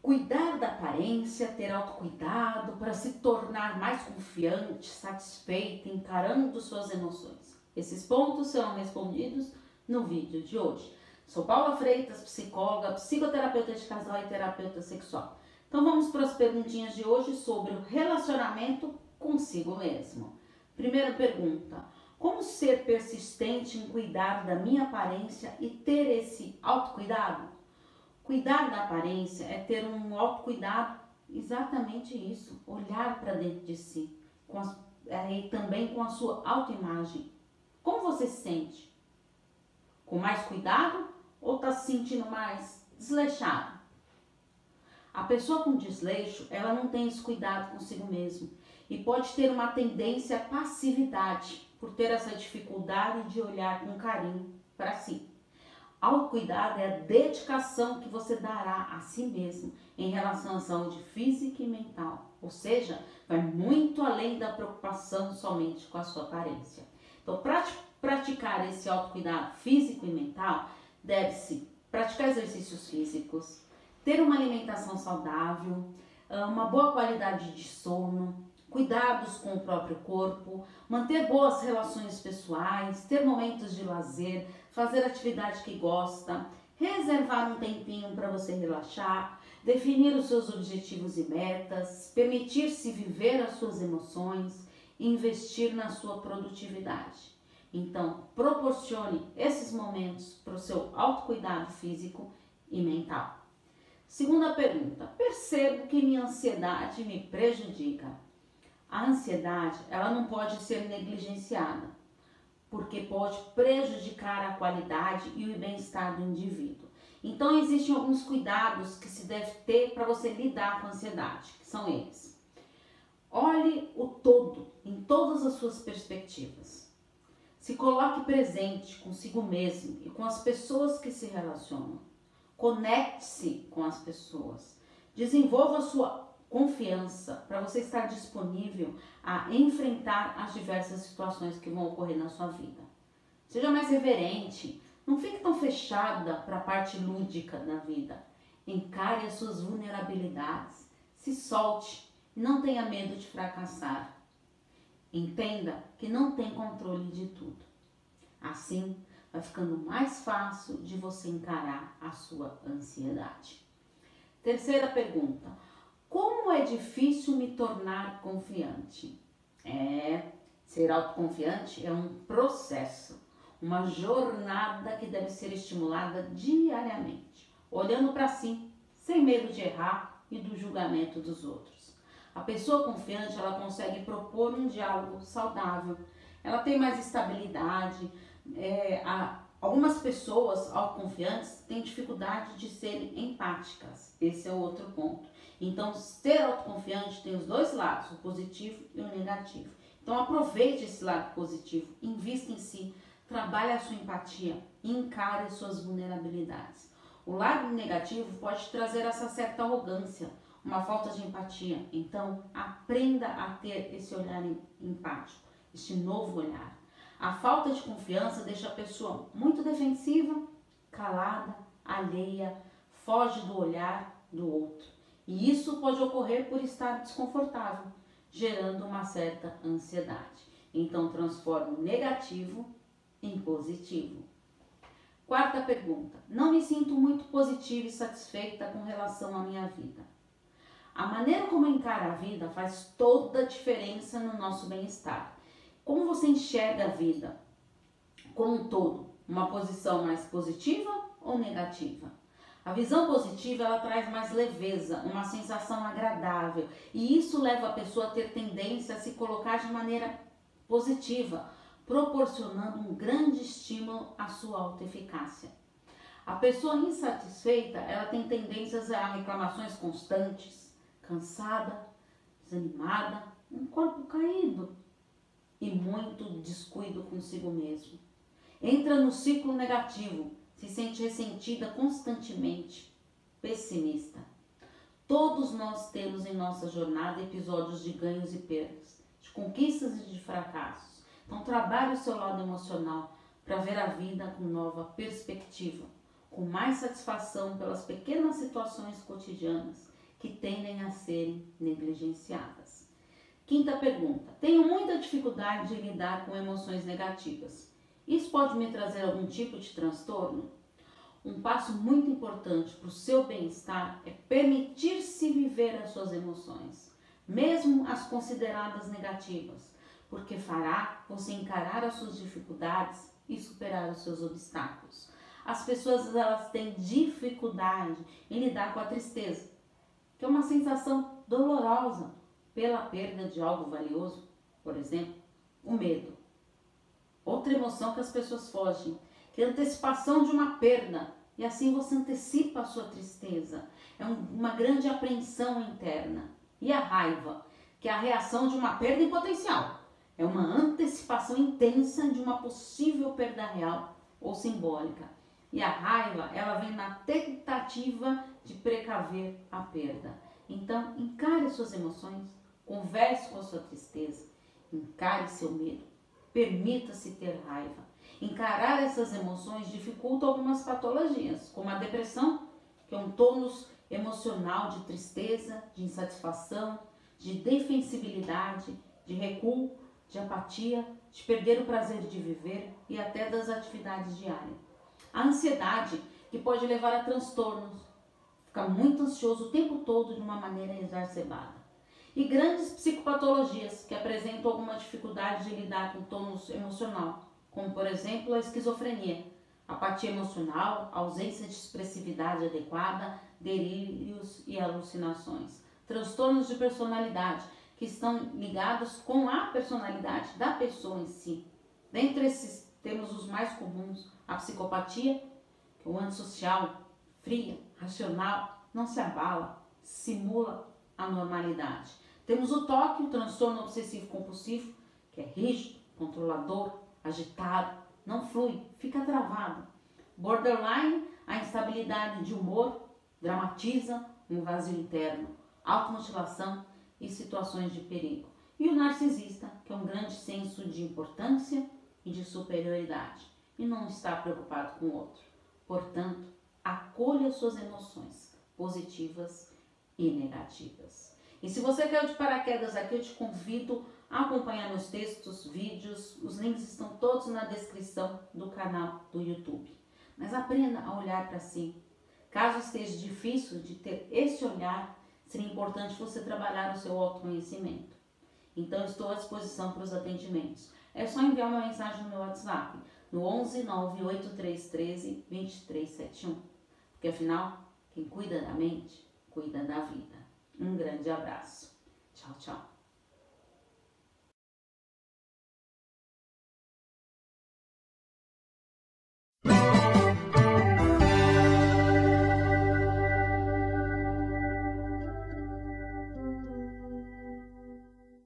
Cuidar da aparência, ter autocuidado para se tornar mais confiante, satisfeita, encarando suas emoções. Esses pontos serão respondidos no vídeo de hoje. Sou Paula Freitas, psicóloga, psicoterapeuta de casal e terapeuta sexual. Então vamos para as perguntinhas de hoje sobre o relacionamento consigo mesmo. Primeira pergunta: como ser persistente em cuidar da minha aparência e ter esse autocuidado? Cuidar da aparência é ter um autocuidado, exatamente isso, olhar para dentro de si, e também com a sua autoimagem. Como você se sente? Com mais cuidado ou está se sentindo mais desleixado? A pessoa com desleixo, ela não tem esse cuidado consigo mesmo e pode ter uma tendência à passividade por ter essa dificuldade de olhar com carinho para si. Autocuidado é a dedicação que você dará a si mesmo em relação à saúde física e mental, ou seja, vai muito além da preocupação somente com a sua aparência. Então, para praticar esse autocuidado físico e mental, deve-se praticar exercícios físicos, ter uma alimentação saudável, uma boa qualidade de sono, cuidados com o próprio corpo, manter boas relações pessoais, ter momentos de lazer, fazer atividade que gosta, reservar um tempinho para você relaxar, definir os seus objetivos e metas, permitir-se viver as suas emoções e investir na sua produtividade. Então, proporcione esses momentos para o seu autocuidado físico e mental. Segunda pergunta: percebo que minha ansiedade me prejudica. A ansiedade, ela não pode ser negligenciada, porque pode prejudicar a qualidade e o bem-estar do indivíduo. Então, existem alguns cuidados que se deve ter para você lidar com a ansiedade, que são eles. Olhe o todo, em todas as suas perspectivas. Se coloque presente consigo mesmo e com as pessoas que se relacionam. Conecte-se com as pessoas. Desenvolva a sua confiança para você estar disponível a enfrentar as diversas situações que vão ocorrer na sua vida. Seja mais reverente, não fique tão fechada para a parte lúdica da vida. Encare as suas vulnerabilidades, se solte e não tenha medo de fracassar. Entenda que não tem controle de tudo. Assim, vai ficando mais fácil de você encarar a sua ansiedade. Terceira pergunta: como é difícil me tornar confiante? Ser autoconfiante é um processo, uma jornada que deve ser estimulada diariamente, olhando para si, sem medo de errar e do julgamento dos outros. A pessoa confiante, ela consegue propor um diálogo saudável, ela tem mais estabilidade. Algumas pessoas autoconfiantes têm dificuldade de serem empáticas, esse é o outro ponto. Então, ser autoconfiante tem os dois lados, o positivo e o negativo. Então, aproveite esse lado positivo, invista em si, trabalhe a sua empatia e encare as suas vulnerabilidades. O lado negativo pode trazer essa certa arrogância, uma falta de empatia. Então, aprenda a ter esse olhar empático, este novo olhar. A falta de confiança deixa a pessoa muito defensiva, calada, alheia, foge do olhar do outro. E isso pode ocorrer por estar desconfortável, gerando uma certa ansiedade. Então, transforme o negativo em positivo. Quarta pergunta: não me sinto muito positiva e satisfeita com relação à minha vida. A maneira como encara a vida faz toda a diferença no nosso bem-estar. Como você enxerga a vida como um todo? Uma posição mais positiva ou negativa? A visão positiva, ela traz mais leveza, uma sensação agradável, e isso leva a pessoa a ter tendência a se colocar de maneira positiva, proporcionando um grande estímulo à sua autoeficácia. A pessoa insatisfeita, ela tem tendências a reclamações constantes, cansada, desanimada, um corpo caído e muito descuido consigo mesmo. Entra no ciclo negativo, se sente ressentida constantemente, pessimista. Todos nós temos em nossa jornada episódios de ganhos e perdas, de conquistas e de fracassos. Então trabalhe o seu lado emocional para ver a vida com nova perspectiva, com mais satisfação pelas pequenas situações cotidianas que tendem a serem negligenciadas. Quinta pergunta. Tenho muita dificuldade de lidar com emoções negativas. Isso pode me trazer algum tipo de transtorno? Um passo muito importante para o seu bem-estar é permitir-se viver as suas emoções, mesmo as consideradas negativas, porque fará você encarar as suas dificuldades e superar os seus obstáculos. As pessoas elas têm dificuldade em lidar com a tristeza, que é uma sensação dolorosa pela perda de algo valioso, por exemplo, o medo. Outra emoção que as pessoas fogem, que é a antecipação de uma perda, e assim você antecipa a sua tristeza. É uma grande apreensão interna. E a raiva, que é a reação de uma perda em potencial. É uma antecipação intensa de uma possível perda real ou simbólica. E a raiva, ela vem na tentativa de precaver a perda. Então, encare suas emoções, converse com a sua tristeza, encare seu medo, permita-se ter raiva. Encarar essas emoções dificulta algumas patologias, como a depressão, que é um tônus emocional de tristeza, de insatisfação, de defensibilidade, de recuo, de apatia, de perder o prazer de viver e até das atividades diárias. A ansiedade, que pode levar a transtornos, ficar muito ansioso o tempo todo de uma maneira exacerbada. E grandes psicopatologias, que apresentam alguma dificuldade de lidar com o tônus emocional, como por exemplo a esquizofrenia, apatia emocional, ausência de expressividade adequada, delírios e alucinações. Transtornos de personalidade, que estão ligados com a personalidade da pessoa em si. Dentre esses temos os mais comuns, a psicopatia, que é o antissocial, fria, racional, não se abala, simula a normalidade. Temos o TOC, o transtorno obsessivo compulsivo, que é rígido, controlador, agitado, não flui, fica travado. Borderline, a instabilidade de humor, dramatiza um vazio interno, automutilação e situações de perigo. E o narcisista, que é um grande senso de importância e de superioridade, e não está preocupado com o outro. Portanto, acolha suas emoções positivas e negativas. E se você caiu de paraquedas aqui, eu te convido a acompanhar meus textos, vídeos, os links estão todos na descrição do canal do YouTube. Mas aprenda a olhar para si. Caso esteja difícil de ter esse olhar, seria importante você trabalhar o seu autoconhecimento. Então, estou à disposição para os atendimentos. É só enviar uma mensagem no meu WhatsApp, no 11 98313 2371. Porque afinal, quem cuida da mente, cuida da vida. Um grande abraço. Tchau, tchau.